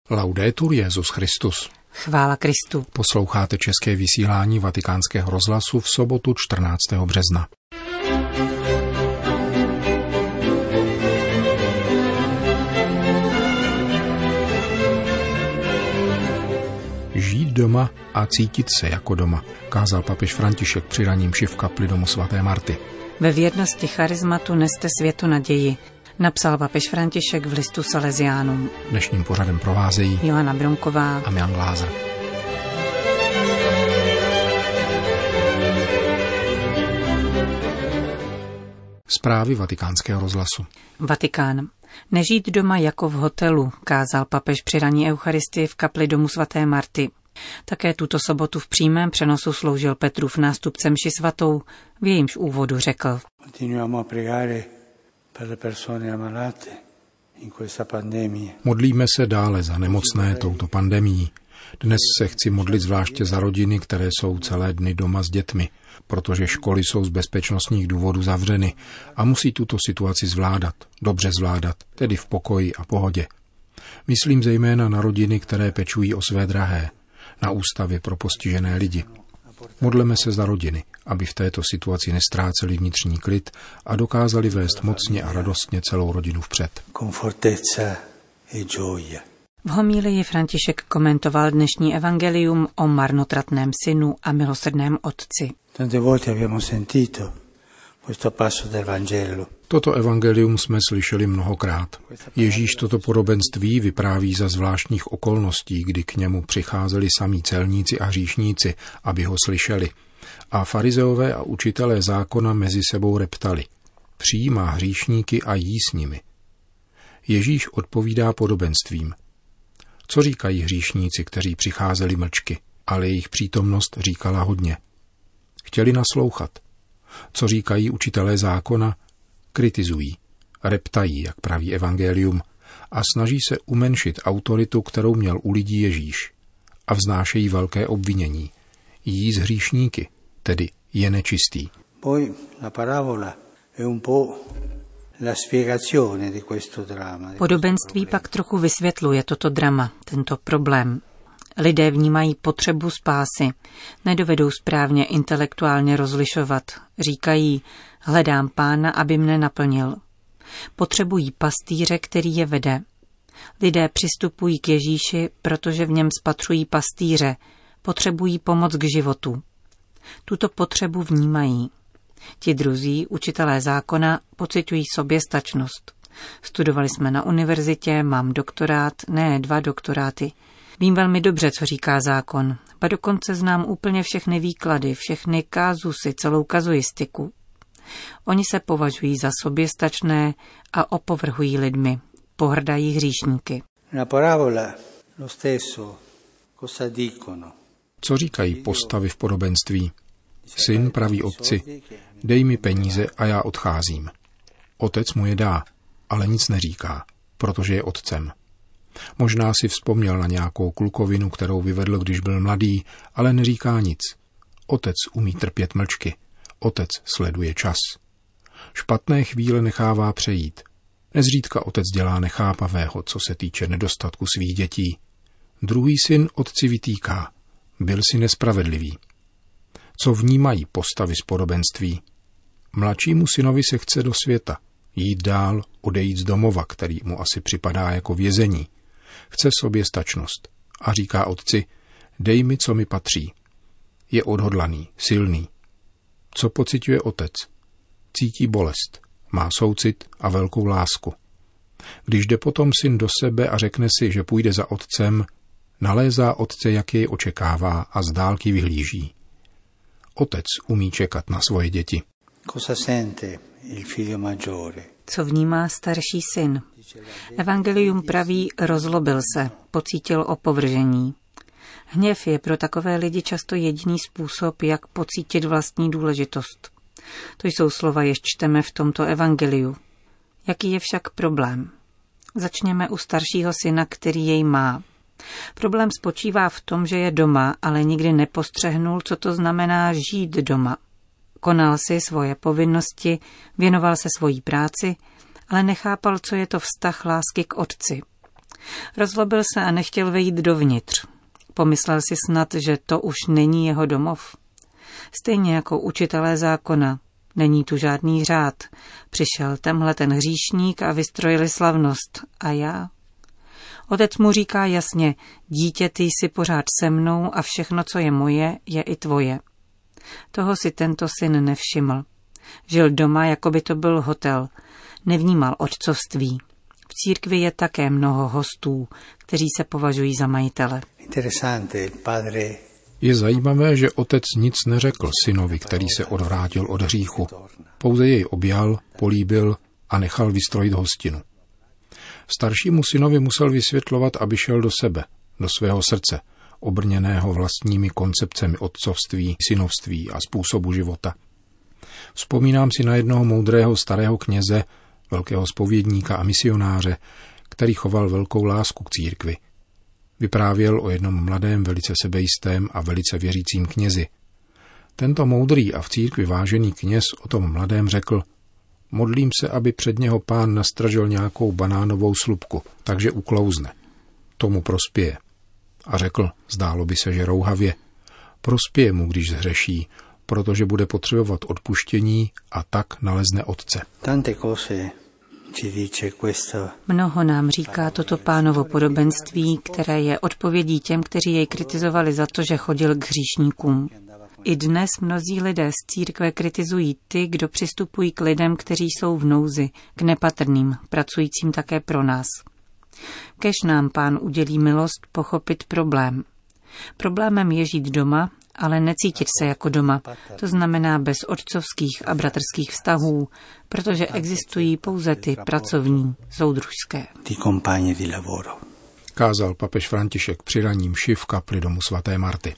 Laudetur Jesus Christus. Chvála Kristu. Posloucháte české vysílání Vatikánského rozhlasu v sobotu 14. března. Žít doma a cítit se jako doma, kázal papež František při ranní mši v kapli domu svaté Marty. Ve věrnosti charizmatu neste světu naději, napsal papež František v listu Salesiánům. Dnešním pořadem provázejí Johana Bronková a Milan Glázer. Zprávy Vatikánského rozhlasu. Vatikán. Nežít doma jako v hotelu, kázal papež při ranní eucharistii v kapli domu svaté Marty. Také tuto sobotu v přímém přenosu sloužil Petrův nástupce mši svatou, v jejímž úvodu řekl: Modlíme se dále za nemocné touto pandemií. Dnes se chci modlit zvláště za rodiny, které jsou celé dny doma s dětmi, protože školy jsou z bezpečnostních důvodů zavřeny a musí tuto situaci zvládat, dobře zvládat, tedy v pokoji a pohodě. Myslím zejména na rodiny, které pečují o své drahé, na ústavy pro postižené lidi. Modleme se za rodiny, aby v této situaci nestráceli vnitřní klid a dokázali vést mocně a radostně celou rodinu vpřed. V homílii František komentoval dnešní evangelium o marnotratném synu a milosrdném otci. Toto evangelium jsme slyšeli mnohokrát. Ježíš toto podobenství vypráví za zvláštních okolností, kdy k němu přicházeli samí celníci a hříšníci, aby ho slyšeli. A farizeové a učitelé zákona mezi sebou reptali: přijímá hříšníky a jí s nimi. Ježíš odpovídá podobenstvím. Co říkají hříšníci, kteří přicházeli mlčky, ale jejich přítomnost říkala hodně. Chtěli naslouchat. Co říkají učitelé zákona? Kritizují, reptají, jak praví evangelium, a snaží se umenšit autoritu, kterou měl u lidí Ježíš. A vznášejí velké obvinění. Jí z hříšníky, tedy je nečistý. Podobenství pak trochu vysvětluje toto drama, tento problém. Lidé vnímají potřebu spásy, nedovedou správně intelektuálně rozlišovat. Říkají: hledám Pána, aby mne naplnil. Potřebují pastýře, který je vede. Lidé přistupují k Ježíši, protože v něm spatřují pastýře, potřebují pomoc k životu. Tuto potřebu vnímají. Ti druzí, učitelé zákona, pociťují soběstačnost. Studovali jsme na univerzitě, mám doktorát, ne 2 doktoráty. Vím velmi dobře, co říká zákon, a dokonce znám úplně všechny výklady, všechny kázusy, celou kazuistiku. Oni se považují za soběstačné a opovrhují lidmi, pohrdají hříšníky. Co říkají postavy v podobenství? Syn praví otci: dej mi peníze a já odcházím. Otec mu je dá, ale nic neříká, protože je otcem. Možná si vzpomněl na nějakou klukovinu, kterou vyvedl, když byl mladý, ale neříká nic. Otec umí trpět mlčky. Otec sleduje čas. Špatné chvíle nechává přejít. Nezřídka otec dělá nechápavého, co se týče nedostatku svých dětí. Druhý syn otci vytýká: byl si nespravedlivý. Co vnímají postavy z podobenství? Mladšímu synovi se chce do světa, jít dál, odejít z domova, který mu asi připadá jako vězení. Chce soběstačnost a říká otci: dej mi, co mi patří. Je odhodlaný, silný. Co pociťuje otec? Cítí bolest, má soucit a velkou lásku. Když jde potom syn do sebe a řekne si, že půjde za otcem, nalézá otce, jak jej očekává, a z dálky vyhlíží. Otec umí čekat na svoje děti. Co vnímá starší syn? Evangelium praví: rozlobil se, pocítil opovržení. Hněv je pro takové lidi často jediný způsob, jak pocítit vlastní důležitost. To jsou slova, jež čteme v tomto evangeliu. Jaký je však problém? Začněme u staršího syna, který jej má. Problém spočívá v tom, že je doma, ale nikdy nepostřehnul, co to znamená žít doma. Konal si svoje povinnosti, věnoval se svojí práci, ale nechápal, co je to vztah lásky k otci. Rozlobil se a nechtěl vejít dovnitř. Pomyslel si snad, že to už není jeho domov. Stejně jako učitelé zákona. Není tu žádný řád. Přišel tenhle ten hříšník a vystrojili slavnost. A já? Otec mu říká jasně, dítě, ty jsi pořád se mnou a všechno, co je moje, je i tvoje. Toho si tento syn nevšiml. Žil doma, jako by to byl hotel. Nevnímal otcovství. V církvi je také mnoho hostů, kteří se považují za majitele. Je zajímavé, že otec nic neřekl synovi, který se odvrátil od hříchu. Pouze jej objal, políbil a nechal vystrojit hostinu. Staršímu synovi musel vysvětlovat, aby šel do sebe, do svého srdce, obrněného vlastními koncepcemi otcovství, synovství a způsobu života. Vzpomínám si na jednoho moudrého starého kněze, velkého zpovědníka a misionáře, který choval velkou lásku k církvi. Vyprávěl o jednom mladém, velice sebejistém a velice věřícím knězi. Tento moudrý a v církvi vážený kněz o tom mladém řekl: modlím se, aby před něho Pán nastražil nějakou banánovou slupku, takže uklouzne. Tomu prospěje. A řekl, zdálo by se, že rouhavě, prospěje mu, když zhřeší, protože bude potřebovat odpuštění a tak nalezne Otce. Mnoho nám říká toto Pánovo podobenství, které je odpovědí těm, kteří jej kritizovali za to, že chodil k hříšníkům. I dnes mnozí lidé z církve kritizují ty, kdo přistupují k lidem, kteří jsou v nouzi, k nepatrným, pracujícím také pro nás. Kéž nám Pán udělí milost pochopit problém. Problémem je žít doma, ale necítit se jako doma. To znamená bez otcovských a bratrských vztahů, protože existují pouze ty pracovní, soudružské. Kázal papež František při ranní mši v kapli domu svaté Marty.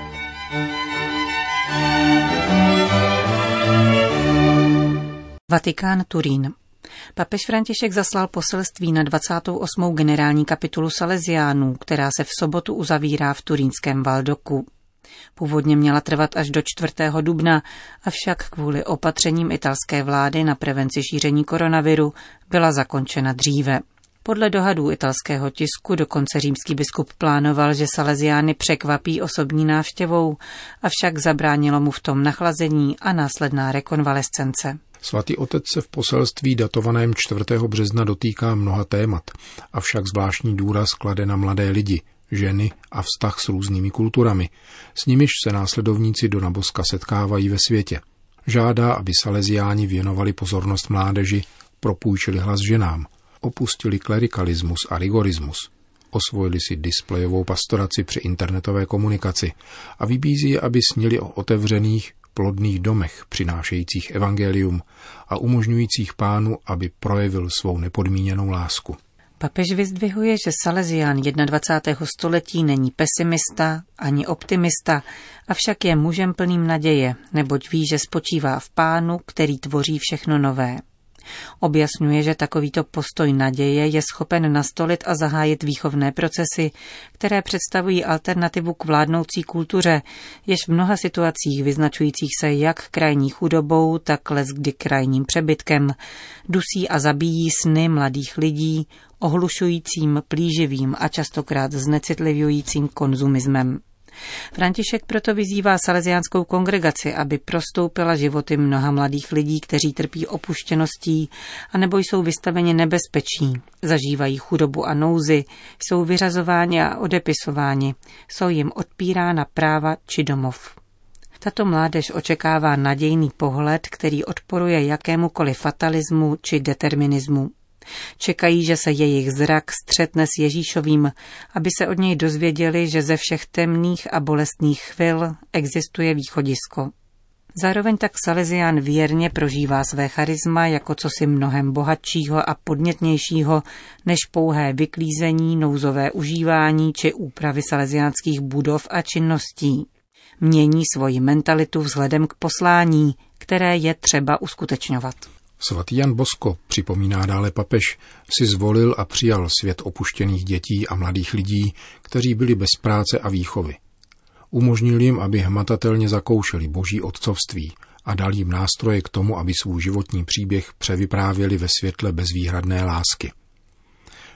Vatikán, Turín. Papež František zaslal poselství na 28. generální kapitulu Salesiánů, která se v sobotu uzavírá v turínském Valdoku. Původně měla trvat až do 4. dubna, avšak kvůli opatřením italské vlády na prevenci šíření koronaviru byla zakončena dříve. Podle dohadů italského tisku dokonce římský biskup plánoval, že Salesiány překvapí osobní návštěvou, avšak zabránilo mu v tom nachlazení a následná rekonvalescence. Svatý otec se v poselství datovaném 4. března dotýká mnoha témat, avšak zvláštní důraz klade na mladé lidi, ženy a vztah s různými kulturami, s nimiž se následovníci Dona Boska setkávají ve světě. Žádá, aby Salesiáni věnovali pozornost mládeži, propůjčili hlas ženám, opustili klerikalismus a rigorismus, osvojili si displejovou pastoraci při internetové komunikaci a vybízí je, aby snili o otevřených, plodných domech přinášejících evangelium a umožňujících Pánu, aby projevil svou nepodmíněnou lásku. Papež vyzdvihuje, že Salesián 21. století není pesimista ani optimista, avšak je mužem plným naděje, neboť ví, že spočívá v Pánu, který tvoří všechno nové. Objasňuje, že takovýto postoj naděje je schopen nastolit a zahájit výchovné procesy, které představují alternativu k vládnoucí kultuře, jež v mnoha situacích vyznačujících se jak krajní chudobou, tak leckdy krajním přebytkem, dusí a zabíjí sny mladých lidí, ohlušujícím, plíživým a častokrát znecitlivujícím konzumismem. František proto vyzývá salesiánskou kongregaci, aby prostoupila životy mnoha mladých lidí, kteří trpí opuštěností anebo jsou vystaveni nebezpečí, zažívají chudobu a nouzi, jsou vyřazováni a odepisováni, jsou jim odpírána práva či domov. Tato mládež očekává nadějný pohled, který odporuje jakémukoliv fatalismu či determinismu. Čekají, že se jejich zrak střetne s Ježíšovým, aby se od něj dozvěděli, že ze všech temných a bolestných chvil existuje východisko. Zároveň tak Salesián věrně prožívá své charisma jako cosi mnohem bohatšího a podnětnějšího než pouhé vyklízení, nouzové užívání či úpravy salesiánských budov a činností. Mění svoji mentalitu vzhledem k poslání, které je třeba uskutečňovat. Svatý Jan Bosko, připomíná dále papež, si zvolil a přijal svět opuštěných dětí a mladých lidí, kteří byli bez práce a výchovy. Umožnil jim, aby hmatatelně zakoušeli boží otcovství a dal jim nástroje k tomu, aby svůj životní příběh převyprávěli ve světle bezvýhradné lásky.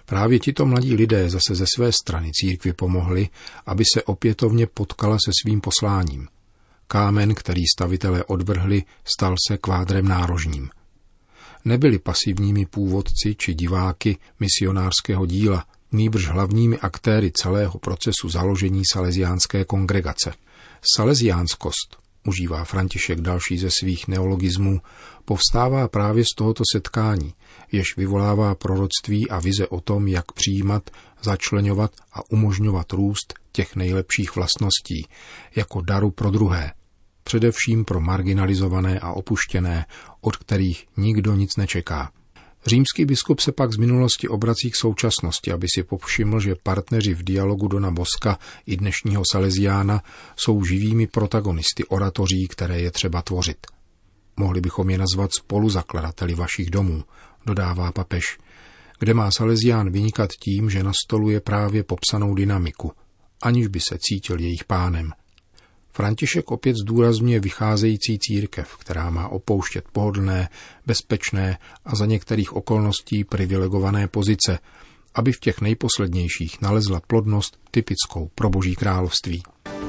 Právě tito mladí lidé zase ze své strany církvi pomohli, aby se opětovně potkala se svým posláním. Kámen, který stavitelé odvrhli, stal se kvádrem nárožním. Nebyli pasivními původci či diváky misionářského díla, nýbrž hlavními aktéry celého procesu založení salesiánské kongregace. Salesiánskost, užívá František další ze svých neologismů, povstává právě z tohoto setkání, jež vyvolává proroctví a vize o tom, jak přijímat, začleňovat a umožňovat růst těch nejlepších vlastností, jako daru pro druhé, především pro marginalizované a opuštěné, od kterých nikdo nic nečeká. Římský biskup se pak z minulosti obrací k současnosti, aby si povšiml, že partneři v dialogu Dona Boska i dnešního Salesiána jsou živými protagonisty oratoří, které je třeba tvořit. Mohli bychom je nazvat spoluzakladateli vašich domů, dodává papež, kde má Salesián vynikat tím, že nastoluje právě popsanou dynamiku, aniž by se cítil jejich pánem. František opět zdůrazňuje vycházející církev, která má opouštět pohodlné, bezpečné a za některých okolností privilegované pozice, aby v těch nejposlednějších nalezla plodnost typickou pro Boží království.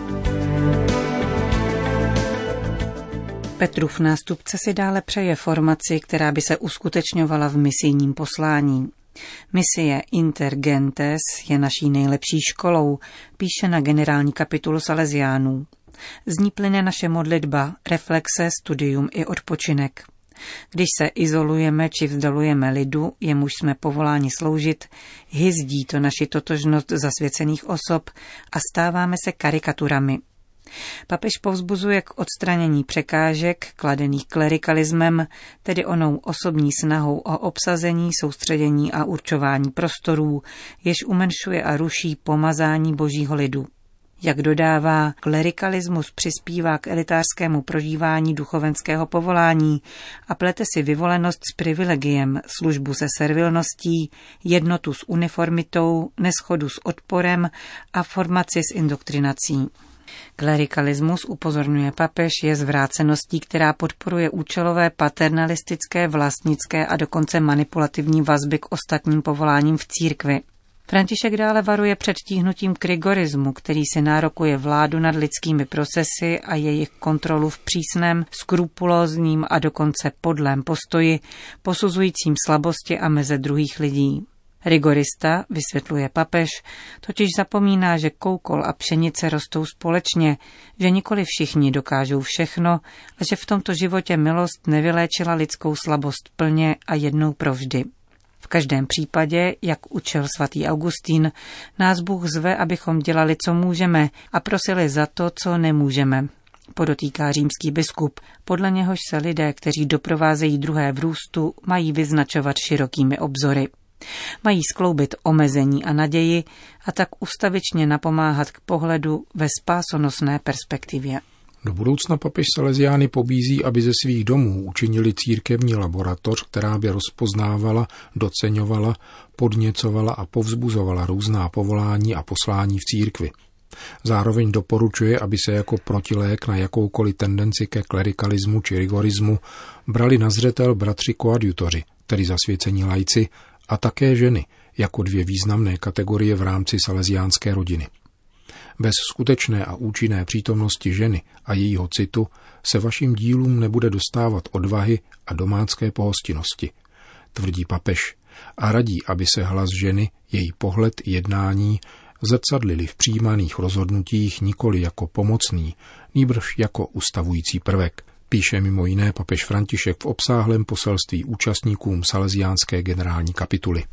Petrův nástupce si dále přeje formaci, která by se uskutečňovala v misijním poslání. Misie Inter Gentes je naší nejlepší školou, píše na generální kapitulu Salesiánů. Z ní plyne naše modlitba, reflexe, studium i odpočinek. Když se izolujeme či vzdalujeme lidu, jemuž jsme povoláni sloužit, hyzdí to naši totožnost zasvěcených osob a stáváme se karikaturami. Papež povzbuzuje k odstranění překážek, kladených klerikalismem, tedy onou osobní snahou o obsazení, soustředění a určování prostorů, jež umenšuje a ruší pomazání božího lidu. Jak dodává, klerikalismus přispívá k elitářskému prožívání duchovenského povolání a plete si vyvolenost s privilegiem, službu se servilností, jednotu s uniformitou, neschodu s odporem a formaci s indoktrinací. Klerikalismus, upozorňuje papež, je zvráceností, která podporuje účelové paternalistické, vlastnické a dokonce manipulativní vazby k ostatním povoláním v církvi. František dále varuje před tíhnutím k rigorismu, který si nárokuje vládu nad lidskými procesy a jejich kontrolu v přísném, skrupulózním a dokonce podlém postoji, posuzujícím slabosti a meze druhých lidí. Rigorista, vysvětluje papež, totiž zapomíná, že koukol a pšenice rostou společně, že nikoli všichni dokážou všechno a že v tomto životě milost nevyléčila lidskou slabost plně a jednou provždy. V každém případě, jak učil svatý Augustín, nás Bůh zve, abychom dělali, co můžeme a prosili za to, co nemůžeme. Podotýká římský biskup, podle něhož se lidé, kteří doprovázejí druhé v růstu, mají vyznačovat širokými obzory. Mají skloubit omezení a naději a tak ustavičně napomáhat k pohledu ve spásonosné perspektivě. Do budoucna papež Salesiány pobízí, aby ze svých domů učinili církevní laboratoř, která by rozpoznávala, doceňovala, podněcovala a povzbuzovala různá povolání a poslání v církvi. Zároveň doporučuje, aby se jako protilék na jakoukoliv tendenci ke klerikalismu či rigorismu brali na zřetel bratři koadjutoři, tedy zasvěcení laici, a také ženy, jako dvě významné kategorie v rámci salesiánské rodiny. Bez skutečné a účinné přítomnosti ženy a jejího citu se vašim dílům nebude dostávat odvahy a domácké pohostinnosti, tvrdí papež a radí, aby se hlas ženy, její pohled i jednání zrcadlili v přijímaných rozhodnutích nikoli jako pomocný, nýbrž jako ustavující prvek, píše mimo jiné papež František v obsáhlém poselství účastníkům salesiánské generální kapituly.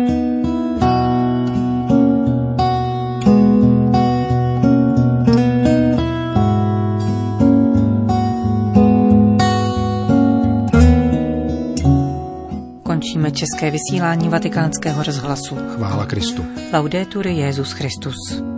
Končíme české vysílání Vatikánského rozhlasu. Chvála Kristu. Laudetur Jesus Christus.